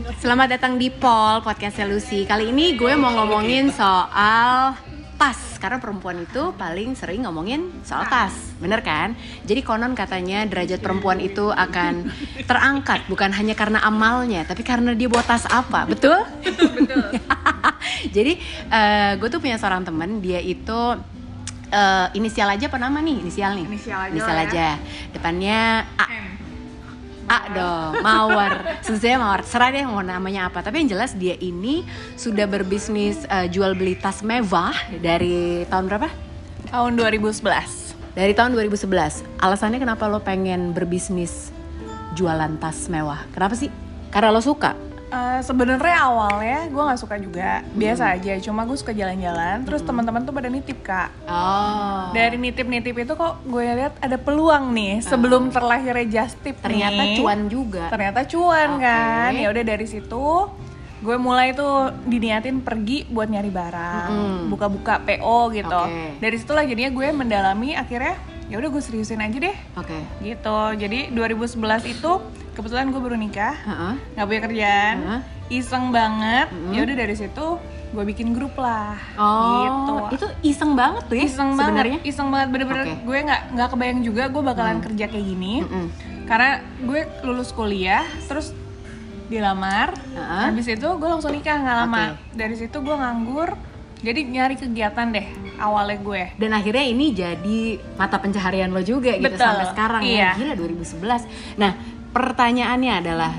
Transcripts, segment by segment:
Selamat datang di Pol Podcastnya Lucy. Kali ini gue mau ngomongin soal tas, karena perempuan itu paling sering ngomongin soal tas, bener kan? Jadi konon katanya derajat perempuan itu akan terangkat bukan hanya karena amalnya, tapi karena dia bawa tas apa, betul? Betul. Jadi gue tuh punya seorang temen, dia itu inisial aja apa nama nih? Inisial nih. Inisial aja. Depannya A. A dong, Mawar. Susahnya Mawar. Serah deh mau namanya apa. Tapi yang jelas dia ini sudah berbisnis jual beli tas mewah dari tahun berapa? Tahun 2011. Dari tahun 2011. Alasannya kenapa lo pengen berbisnis jualan tas mewah? Kenapa sih? Karena lo suka? Sebenarnya awalnya gue nggak suka juga, biasa aja. Cuma gue suka jalan-jalan. Terus teman-teman tuh pada nitip, Kak. Oh. Dari nitip-nitip itu kok gue lihat ada peluang nih sebelum terlahirnya Just Tip. Ternyata nih. cuan juga. Ternyata cuan Oke. kan. Ya udah dari situ gue mulai tuh diniatin pergi buat nyari barang, buka-buka PO gitu. Oke. Dari situlah jadinya gue mendalami, akhirnya ya udah gue seriusin aja deh. Oke. Gitu. Jadi 2011 itu kebetulan gue baru nikah, nggak punya kerjaan, iseng banget. Ya udah dari situ gue bikin grup lah. Oh, Gitu. itu iseng banget tuh ya sebenarnya. Iseng banget bener-bener. Oke. Gue nggak kebayang juga gue bakalan kerja kayak gini. Karena gue lulus kuliah, terus dilamar, habis itu gue langsung nikah nggak lama. Dari situ gue nganggur, jadi nyari kegiatan deh awalnya gue. Dan akhirnya ini jadi mata pencaharian lo juga gitu. Betul. Sampai sekarang Iya. ya. Gila 2011. Nah, pertanyaannya adalah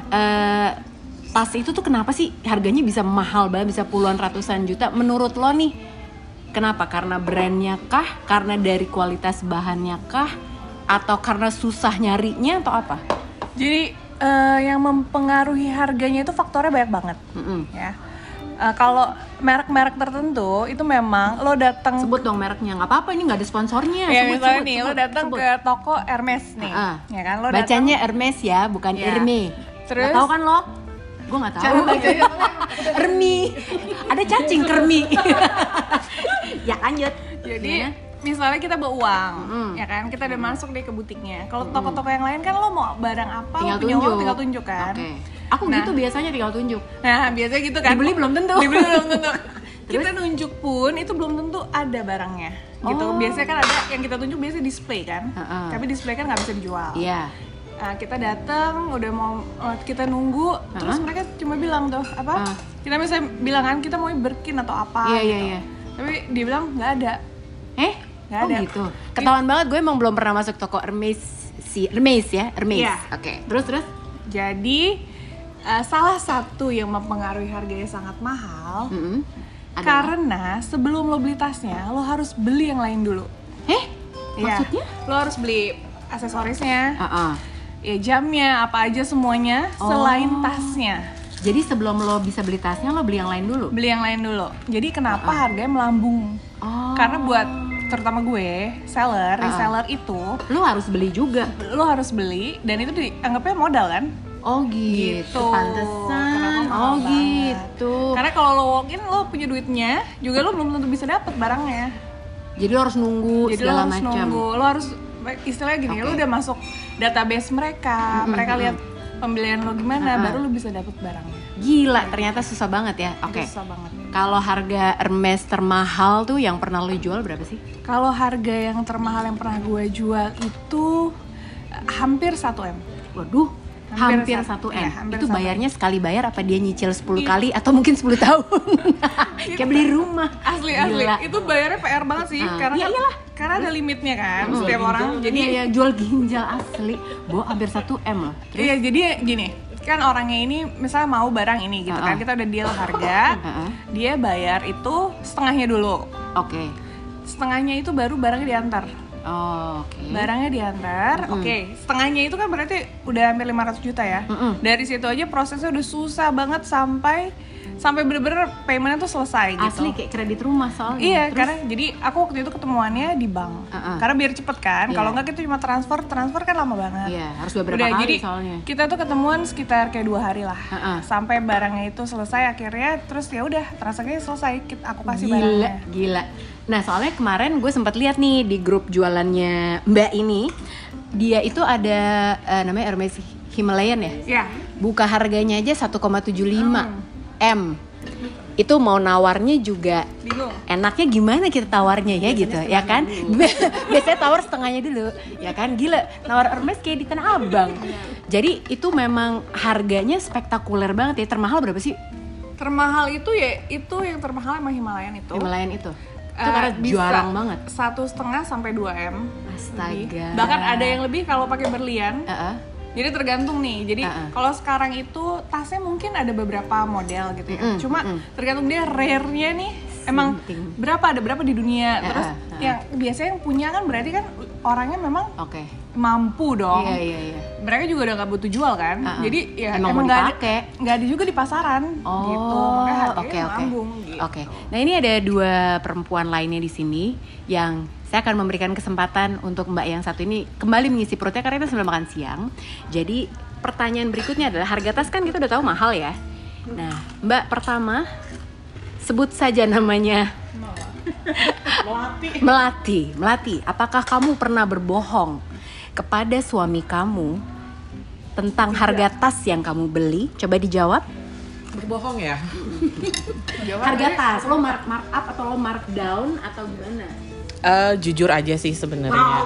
tas itu tuh kenapa sih harganya bisa mahal banget, bisa puluhan ratusan juta menurut lo nih? Kenapa? Karena brandnya kah? Karena dari kualitas bahannya kah? Atau karena susah nyarinya atau apa? Jadi yang mempengaruhi harganya itu faktornya banyak banget. Ya. Kalau merek-merek tertentu itu memang lo datang, Sebut dong mereknya, nggak apa-apa, ini nggak ada sponsornya. ya misalnya nih lo datang ke toko Hermes nih, ya kan lo bacanya Hermes ya, bukan Ya. Hermes. Terus? Nggak tahu kan lo? Gue nggak tahu. Cara bacanya Hermi, ada cacing kermi. Ya lanjut. jadi Gimana? misalnya kita bawa uang, ya kan kita udah masuk deh ke butiknya. Kalau toko-toko yang lain kan lo mau barang apa, Tinggal lo punya uang tunjuk. tinggal tunjuk kan. Oke. Aku gitu biasanya tinggal tunjuk. Nah biasanya gitu kan. Dibeli belum tentu. Dibeli belum tentu. Kita nunjuk pun itu belum tentu ada barangnya gitu. Biasanya kan ada yang kita tunjuk biasanya display kan. Tapi display kan nggak bisa dijual. Iya. Nah, kita datang udah mau kita nunggu, terus mereka cuma bilang tuh apa? Kita misalnya bilang kan kita mau Birkin atau apa Iya, gitu. iya. Tapi dia bilang nggak ada. Nggak ada. Gitu. Ketahuan banget gue emang belum pernah masuk toko Hermes ya, Hermes. Iya. Oke. Terus. Jadi salah satu yang mempengaruhi harganya sangat mahal Adalah? karena sebelum lo beli tasnya lo harus beli yang lain dulu. Maksudnya? Iya. Lo harus beli aksesorisnya, Heeh. ya jamnya, apa aja semuanya selain tasnya. Jadi sebelum lo bisa beli tasnya, lo beli yang lain dulu? Beli yang lain dulu. Jadi kenapa harganya melambung? Karena buat terutama gue, reseller itu Lo harus beli juga? lo harus beli dan itu dianggapnya modal kan? Oh gitu, pantesan. Kenapa mahal Oh banget. gitu. Karena kalau lo walk in lo punya duitnya, juga lo belum tentu bisa dapet barangnya. Jadi lo harus nunggu Jadi lo segala harus macam. nunggu, lo harus istilahnya gini, lo udah masuk database mereka, mereka lihat pembelian lo gimana, baru lo bisa dapet barangnya. Gila, ternyata susah banget ya. Oke. Itu susah banget. Kalau harga Hermes termahal tuh yang pernah lo jual berapa sih? Kalau harga yang termahal yang pernah gue jual itu hampir 1 M. Waduh, hampir 1 M. Iya, hampir Itu 1 M. bayarnya sekali bayar apa dia nyicil 10 kali atau mungkin 10 tahun? Kayak beli rumah. Asli. Gila. Itu bayarnya PR banget sih, karena iya, iyalah. karena ada limitnya kan, Jual setiap ginjal. orang. Jadi ya jual ginjal asli. Bo hampir 1 M loh. iya, jadi gini, kan orangnya ini misalnya mau barang ini gitu kan, kita udah deal harga, dia bayar itu setengahnya dulu. Oke. Setengahnya itu baru barangnya diantar. Oh, oke. Barangnya diantar, oke. Setengahnya itu kan berarti udah hampir 500 juta ya. Dari situ aja prosesnya udah susah banget sampai bener-bener paymentnya tuh selesai gitu. Asli kayak kredit rumah soalnya. Iya, Terus? karena jadi aku waktu itu ketemuannya di bank. Karena biar cepet kan. Kalau nggak kita cuma transfer kan lama banget. Iya, harus beberapa Udah, kali jadi soalnya. kita tuh ketemuan sekitar kayak 2 hari lah. Sampai barangnya itu selesai akhirnya, terus ya udah transaksinya selesai. Aku kasih barangnya. Gila. Nah, soalnya kemarin gue sempat lihat nih di grup jualannya Mbak ini, dia itu ada namanya Hermes Himalayan ya? Iya. Buka harganya aja 1,75 M. Itu mau nawarnya juga bingung. Enaknya gimana kita tawarnya ya gitu, ya kan? Biasanya tawar setengahnya dulu, ya kan? Gila, nawar Hermes kayak di Tanah Abang. Jadi itu memang harganya spektakuler banget ya. Termahal berapa sih? Termahal itu ya, itu yang termahal emang Himalayan itu. Himalayan itu karena jarang banget. 1,5 sampai 2 M. Astaga. Bahkan ada yang lebih kalau pakai berlian. Jadi tergantung nih. Jadi kalau sekarang itu tasnya mungkin ada beberapa model gitu ya. Cuma tergantung dia rare-nya nih. Emang berapa, ada berapa di dunia. Terus yang biasanya yang punya kan berarti kan orangnya memang mampu dong. Iya. Mereka juga udah nggak butuh jual kan. Jadi ya emang nggak ada juga di pasaran gitu. Makanya harganya nambung gitu. Nah ini ada 2 perempuan lainnya di sini yang saya akan memberikan kesempatan untuk Mbak yang satu ini kembali mengisi perutnya karena itu sebelum makan siang. Jadi pertanyaan berikutnya adalah harga tas kan kita udah tahu mahal ya. Nah Mbak pertama sebut saja namanya. Melati. Apakah kamu pernah berbohong kepada suami kamu tentang harga tas yang kamu beli? Coba dijawab. Berbohong ya? Harga tas, lo mark up atau lo mark down atau gimana? Jujur aja sih sebenarnya.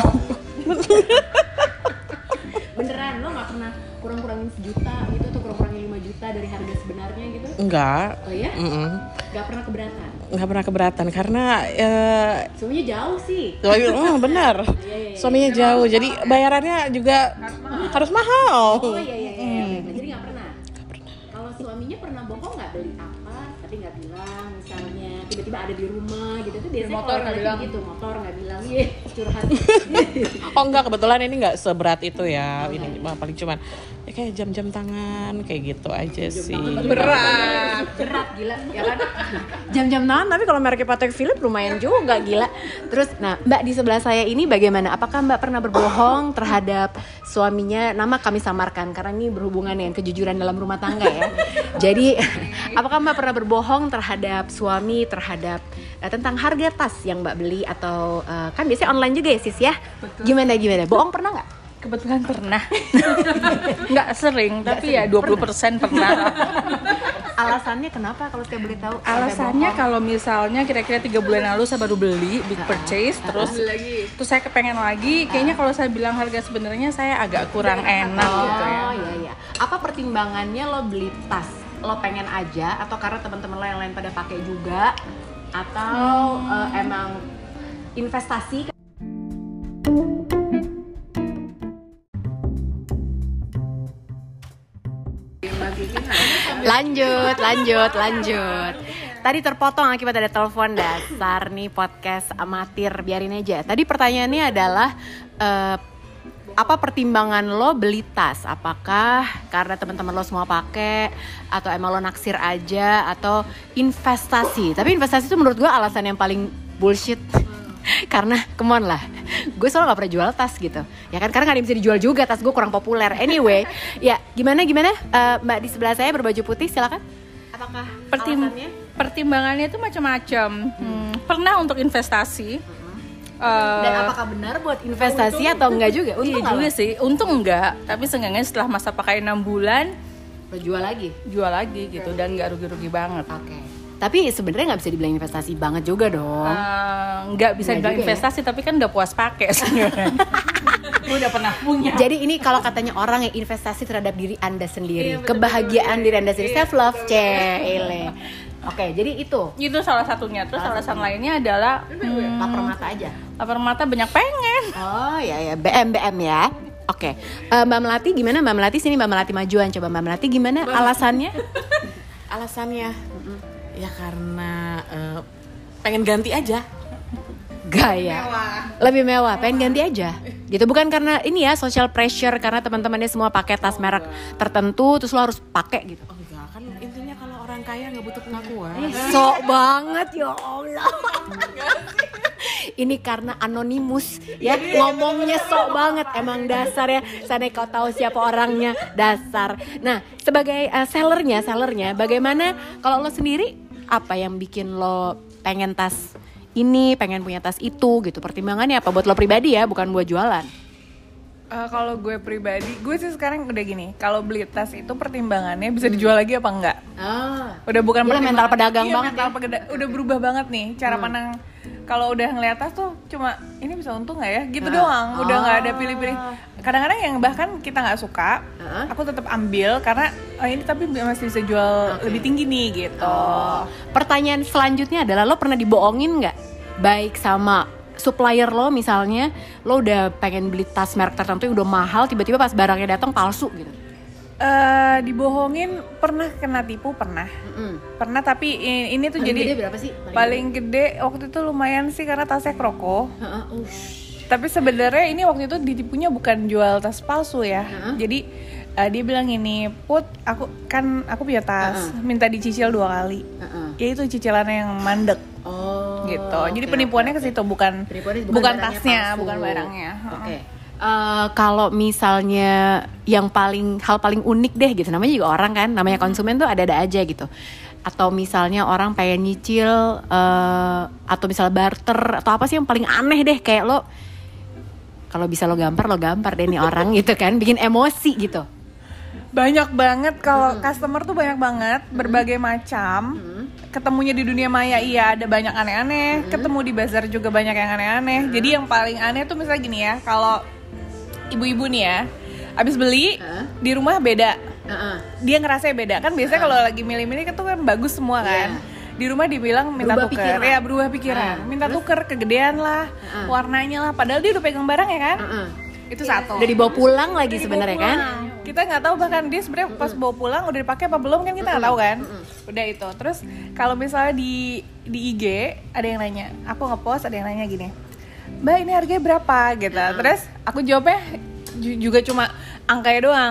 Beneran lo nggak pernah kurang-kurangin sejuta gitu atau kurang-kurangin 5 juta dari harga sebenarnya gitu? Enggak. Oh ya? Nggak pernah keberatan? Nggak pernah keberatan karena suaminya jauh sih. Benar. Suaminya jauh, jadi bayarannya juga harus mahal. Oh iya. Jadi nggak pernah. Kalau suaminya pernah bohong nggak beli apa tapi nggak bilang, misalnya tiba-tiba ada di rumah gitu tuh biasanya motor nggak bilang gitu, motor nggak bilang, curhat. Oh enggak, kebetulan ini nggak seberat itu ya. Ini paling cuman ya kayak jam-jam tangan kayak gitu aja sih. Berat gila ya kan. Jam-jam tangan tapi kalau mereknya Patek Philippe lumayan juga gila. Terus nah Mbak di sebelah saya ini bagaimana? Apakah Mbak pernah berbohong terhadap suaminya? Nama kami samarkan karena ini berhubungan dengan kejujuran dalam rumah tangga ya. Jadi apakah Mbak pernah berbohong terhadap suami terhadap tentang harga tas yang Mbak beli atau kan biasanya online juga ya sis ya? Betul. Gimana? Bohong pernah nggak? Kebetulan pernah. Nggak sering, tapi ya 20% pernah. Alasannya kenapa kalau saya boleh tahu? Alasannya kalau misalnya kira-kira 3 bulan lalu saya baru beli big purchase, terus saya kepengen lagi. Kayaknya kalau saya bilang harga sebenarnya saya agak kurang enak gitu ya. Oh iya. Apa pertimbangannya lo beli tas? Lo pengen aja atau karena teman-teman lo yang lain pada pakai juga? Atau emang investasi? Lanjut. Tadi terpotong akibat ada telepon, dasar nih podcast amatir, biarin aja. Tadi pertanyaannya adalah apa pertimbangan lo beli tas? Apakah karena teman-teman lo semua pakai, atau emang lo naksir aja, atau investasi? Tapi investasi itu menurut gue alasan yang paling bullshit. Karena come on lah, gue selalu gak pernah jual tas gitu ya kan, karena gak ada yang bisa dijual juga, tas gue kurang populer. Anyway, ya gimana Mbak di sebelah saya berbaju putih, silakan. Apakah alasannya? Pertimbangannya itu macam-macam. Pernah untuk investasi. Dan apakah benar buat investasi atau enggak juga? Untung juga sih, untung enggak. Tapi seenggaknya setelah masa pakai 6 bulan jual lagi gitu, dan nggak rugi-rugi banget. Tapi sebenarnya nggak bisa dibilang investasi banget juga dong. Nggak bisa dibilang investasi, tapi kan nggak puas pakai sebenarnya. Gue udah pernah punya. Jadi ini kalau katanya orang yang investasi terhadap diri Anda sendiri, kebahagiaan diri Anda sendiri, self love, cele. Oke, jadi itu salah satunya. Terus alasan lainnya adalah lapar mata aja. Lapar mata banyak pengen. Oh ya, BM ya. Oke. Mbak Melati gimana? Mbak Melati sini, Mbak Melati majuan. Coba Mbak Melati gimana alasannya? Alasannya ya karena pengen ganti aja. Gaya lebih mewah, pengen ganti aja gitu. Bukan karena ini ya social pressure, karena teman-temannya semua pakai tas merek tertentu terus lo harus pakai gitu. Oh enggak, kan intinya kalau orang kaya nggak butuh pengakuan. Sok banget ya Allah. Ini karena anonimus ya, ngomongnya sok banget. Emang dasar ya, sana kau tahu siapa orangnya, dasar. Nah sebagai sellernya bagaimana kalau lo sendiri, apa yang bikin lo pengen tas ini, pengen punya tas itu gitu? Pertimbangannya apa buat lo pribadi ya, bukan buat jualan? Kalau gue pribadi, gue sih sekarang udah gini. Kalau beli tas itu pertimbangannya bisa dijual lagi apa enggak. Udah bukan mental pedagang banget. Udah berubah banget nih cara pandang. Kalau udah ngeliat tas tuh cuma ini bisa untung nggak ya, gitu doang. Udah nggak ada pilih-pilih. Kadang-kadang yang bahkan kita nggak suka, aku tetap ambil karena ini tapi masih bisa jual lebih tinggi nih gitu. Pertanyaan selanjutnya adalah lo pernah dibohongin nggak? Baik sama supplier lo misalnya, lo udah pengen beli tas merek tertentu yang udah mahal, tiba-tiba pas barangnya datang palsu gitu. Dibohongin pernah, kena tipu pernah. Pernah, tapi ini tuh paling jadi gede berapa sih? Paling gede waktu itu lumayan sih karena tasnya kroko. Tapi sebenarnya ini waktu itu ditipunya bukan jual tas palsu ya. Jadi dia bilang ini, Put, aku punya tas, minta dicicil 2 kali. Ya itu cicilannya yang mandek. Gitu. Jadi penipuannya ke situ, bukan tasnya, bukan barangnya. Kalau misalnya yang hal paling unik deh gitu, namanya juga orang kan, namanya konsumen tuh ada-ada aja gitu. Atau misalnya orang pengen nyicil atau misalnya barter atau apa sih yang paling aneh deh, kayak lo kalau bisa lo gampar deh nih orang gitu kan, bikin emosi gitu. Banyak banget kalau customer tuh banyak banget, berbagai macam. Ketemunya di dunia maya ada banyak aneh-aneh, ketemu di bazar juga banyak yang aneh-aneh. Jadi yang paling aneh tuh misalnya gini ya, kalau ibu-ibu nih ya, abis beli di rumah beda, dia ngerasa beda kan. Biasanya kalau lagi milih-milih itu kan bagus semua kan. Di rumah dibilang minta tuker, berubah pikiran, minta tuker, kegedean lah, warnanya lah, padahal dia udah pegang barang ya kan. Itu satu. Udah dibawa pulang lagi sebenarnya kan. Kita nggak tahu bahkan dia sebenarnya pas bawa pulang udah dipakai apa belum kan, kita nggak tahu kan. Udah itu. Terus kalau misalnya di IG ada yang nanya, aku ngepost ada yang nanya gini, Mbak ini harganya berapa gitu. Terus aku jawabnya juga cuma angkanya doang,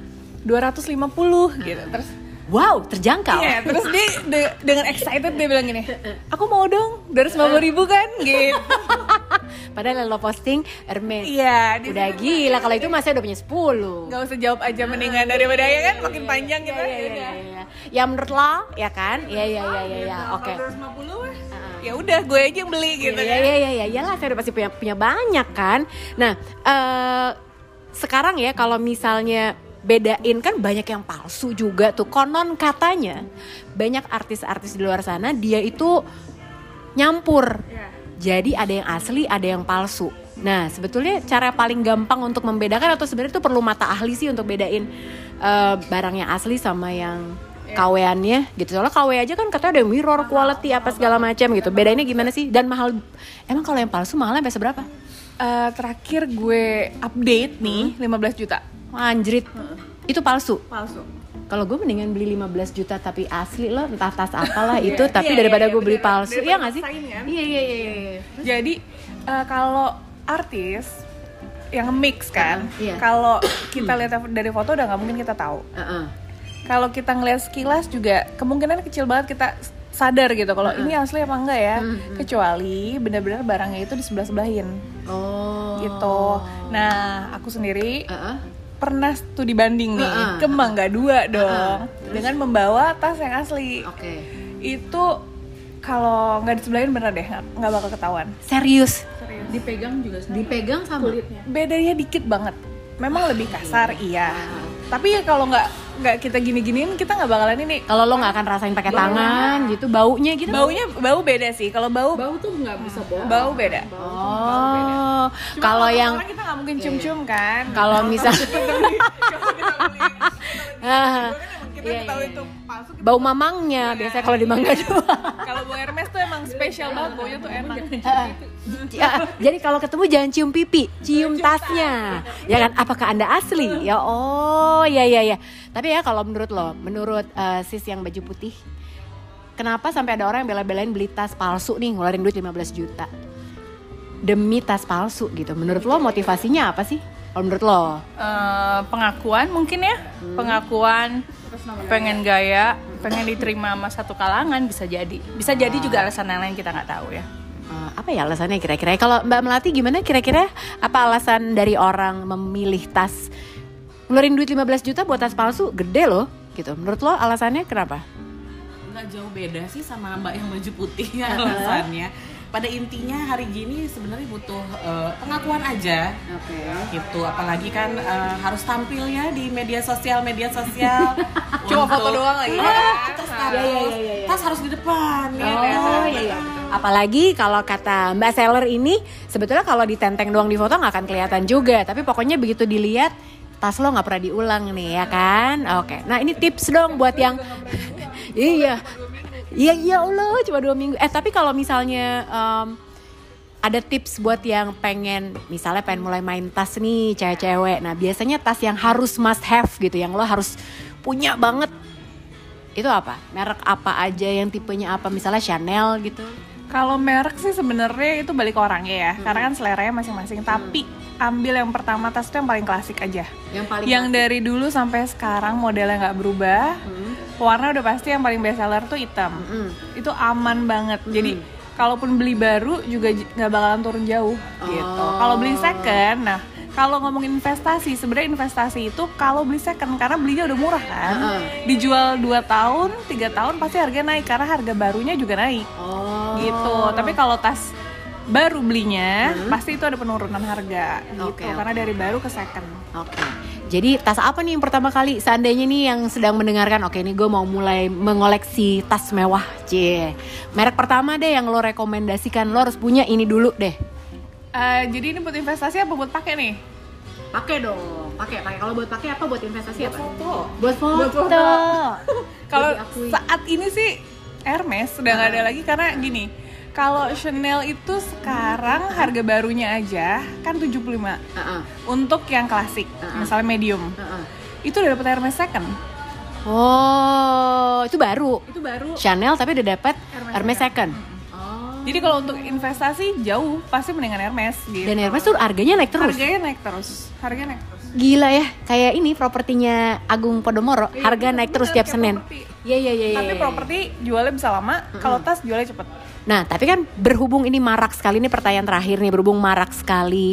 250 gitu. Terus wow, terjangkau. Iya, terus dia dengan excited dia bilang gini, aku mau dong, 250.000 kan gitu. Padahal lo posting Hermes. Iya, udah gila, kalau itu masih udah punya 10. Gak usah jawab aja mendingan daripada ya kan, makin panjang gitu. Ya menurut lo, ya kan? Iya. Oke. 250 ya udah gue aja yang beli gitu. Iya lah, saya udah pasti punya banyak kan. Nah, sekarang ya kalau misalnya bedain, kan banyak yang palsu juga tuh. Konon katanya banyak artis-artis di luar sana dia itu nyampur. Jadi ada yang asli, ada yang palsu. Nah, sebetulnya cara paling gampang untuk membedakan, atau sebenarnya itu perlu mata ahli sih untuk bedain barang yang asli sama yang KW-annya gitu. Soalnya KW aja kan katanya ada mirror quality apa segala macam gitu. Bedainnya gimana sih? Dan mahal. Emang kalau yang palsu mahalnya sampai seberapa? Terakhir gue update nih 15 juta. Anjrit. Itu palsu? Palsu. Kalau gue mendingan beli 15 juta tapi asli loh, entah tas apalah itu, tapi daripada gue beli palsu. Iya nggak sih? Kan? Iya. Jadi kalau artis yang mix kan, kalau kita lihat dari foto udah nggak mungkin kita tahu. Kalau kita ngeliat sekilas juga kemungkinan kecil banget kita sadar gitu kalau ini asli apa enggak ya, kecuali benar-benar barangnya itu di sebelah-sebelahin. Gitu. Nah, aku sendiri pernah tuh dibanding nih ke Mangga 2 dong, dengan membawa tas yang asli. Itu kalau nggak disebelahin bener deh nggak bakal ketahuan. Serius? Dipegang juga sama. Dipegang sama kulitnya. Bedanya dikit banget. Memang lebih kasar iya. Tapi ya kalau nggak kita gini-giniin kita nggak bakalan ini. Kalau lo nggak akan rasain pakai tangan gitu, baunya gitu. Bau beda sih. Kalau bau tuh nggak bisa bohong. Bau beda. Kalau yang kita nggak mungkin cium-cium kan. Kalau misal bau mamangnya biasanya kalau di Mangga 2. Kalau bau Hermes tuh emang spesial banget, baunya tuh enak. Jadi kalau ketemu jangan cium pipi, cium tasnya. Ya kan, apakah Anda asli? Ya ya. Tapi ya kalau menurut sis yang baju putih, kenapa sampai ada orang yang bela-belain beli tas palsu nih, ngeluarin duit 15 juta demi tas palsu gitu. Menurut lo motivasinya apa sih? Kalau menurut lo? Pengakuan mungkin ya. Pengakuan, pengen gaya, pengen diterima sama satu kalangan, bisa jadi. Bisa jadi juga alasan yang lain kita nggak tahu ya. Apa ya alasannya kira-kira? Kalau Mbak Melati gimana kira-kira? Apa alasan dari orang memilih tas, ngeluarin duit 15 juta buat tas palsu? Gede loh gitu. Menurut lo alasannya kenapa? Nggak jauh beda sih sama Mbak yang baju putih alasannya. pada intinya hari gini sebenarnya butuh pengakuan aja. Gitu, apalagi kan harus tampil ya di media sosial cuma foto doang lagi tas harus di depan Apalagi kalau kata Mbak Seller ini sebetulnya kalau ditenteng doang di foto nggak akan kelihatan juga, tapi pokoknya begitu dilihat tas lo nggak pernah diulang nih ya kan. Oke, nah ini tips dong buat yang iya Allah cuma 2 minggu. Tapi kalau misalnya ada tips buat yang misalnya pengen mulai main tas nih cewek-cewek. Nah biasanya tas yang harus must have gitu, yang lo harus punya banget, itu apa? Merek apa aja, yang tipenya apa? Misalnya Chanel gitu. Kalau merek sih sebenarnya itu balik ke orangnya ya, karena kan seleranya masing-masing. Tapi ambil yang pertama, tas itu yang paling klasik aja. Yang dari dulu sampai sekarang modelnya nggak berubah. Warna udah pasti yang paling best seller tuh hitam. Itu aman banget. Jadi kalaupun beli baru juga nggak bakalan turun jauh gitu. Kalau beli second, nah kalau ngomongin investasi, sebenarnya investasi itu kalau beli second karena belinya udah murah kan. Dijual 2 tahun, 3 tahun pasti harganya naik karena harga barunya juga naik. Gitu. Tapi kalau tas baru belinya pasti itu ada penurunan harga gitu. Karena dari baru ke second. Jadi tas apa nih yang pertama kali seandainya nih yang sedang mendengarkan, oke ini gue mau mulai mengoleksi tas mewah, merek pertama deh yang lo rekomendasikan, lo harus punya ini dulu deh. Jadi ini buat investasi apa buat pakai nih? Pakai dong, pakai. Kalau buat pakai apa, buat investasi apa? Buat foto. Kalau saat ini sih Hermes sudah nggak ada lagi karena gini. Kalau Chanel itu sekarang harga barunya aja kan 75. Untuk yang klasik, misalnya medium. Itu udah dapat Hermes second. Oh, itu baru. Chanel tapi udah dapat Hermes second. Jadi kalau untuk investasi jauh pasti mendingan Hermes gitu. Dan Hermes tuh harganya naik terus. Harganya naik terus. Gila ya, kayak ini propertinya Agung Podomoro, harga naik terus tiap Senin. Iya. Tapi properti jualnya bisa lama, kalau tas jualnya cepet. Nah, tapi kan berhubung ini marak sekali, ini pertanyaan terakhir nih, berhubung marak sekali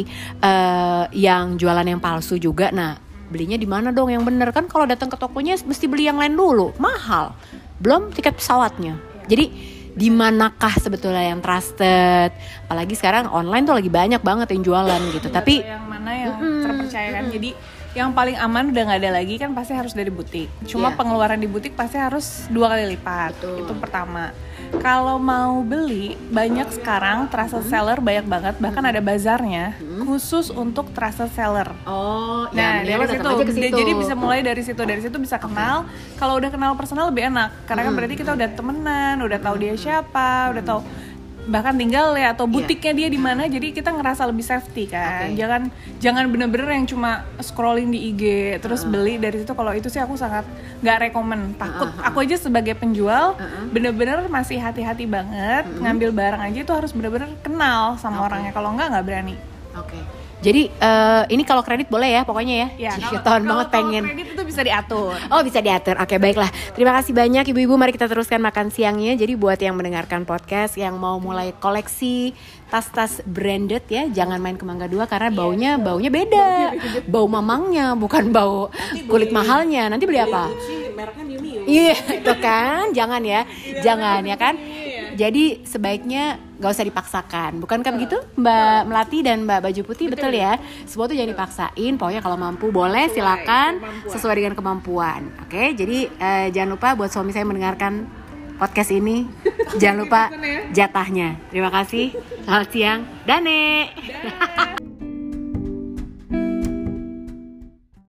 yang jualan yang palsu juga. Nah, belinya di mana dong yang bener? Kan kalau datang ke tokonya mesti beli yang lain dulu, mahal. Belum tiket pesawatnya. Jadi di manakah sebetulnya yang trusted? Apalagi sekarang online tuh lagi banyak banget yang jualan gitu. Tapi yang mana yang terpercaya kan? Jadi yang paling aman udah nggak ada lagi kan pasti harus dari butik. Cuma pengeluaran di butik pasti harus 2 kali lipat. Itu pertama. Kalau mau beli banyak sekarang trusted seller banyak banget, bahkan ada bazarnya khusus untuk trusted seller. Nah dari situ jadi bisa mulai dari situ bisa kenal. Kalau udah kenal personal lebih enak karena kan berarti kita udah temenan, udah tahu dia siapa, udah tahu bahkan tinggal ya atau butiknya dia di mana, jadi kita ngerasa lebih safety kan. Jangan bener-bener yang cuma scrolling di IG terus beli dari situ. Kalau itu sih aku sangat nggak rekomen, takut. Aku aja sebagai penjual bener-bener masih hati-hati banget ngambil barang aja itu harus bener-bener kenal sama orangnya, kalau nggak berani. Jadi ini kalau kredit boleh ya pokoknya ya. Tahun banget pengen. Kalau kredit itu bisa diatur. Oh bisa diatur. Oke baiklah. Terima kasih banyak ibu-ibu. Mari kita teruskan makan siangnya. Jadi buat yang mendengarkan podcast yang mau mulai koleksi tas-tas branded ya, jangan main ke Mangga 2 karena baunya beda. Bau mamangnya bukan bau kulit mahalnya. Nanti beli apa? Mereknya Miu Miu. Iya itu kan. Jangan ya kan. Jadi sebaiknya gak usah dipaksakan. Bukankah begitu Mbak Melati dan Mbak Baju Putih? Betul ya. Semua tuh jangan dipaksain. Pokoknya kalau mampu boleh silakan sesuai dengan kemampuan. Oke, jadi jangan lupa buat suami saya mendengarkan podcast ini. Jangan lupa jatahnya. Terima kasih. Selamat siang. Dane.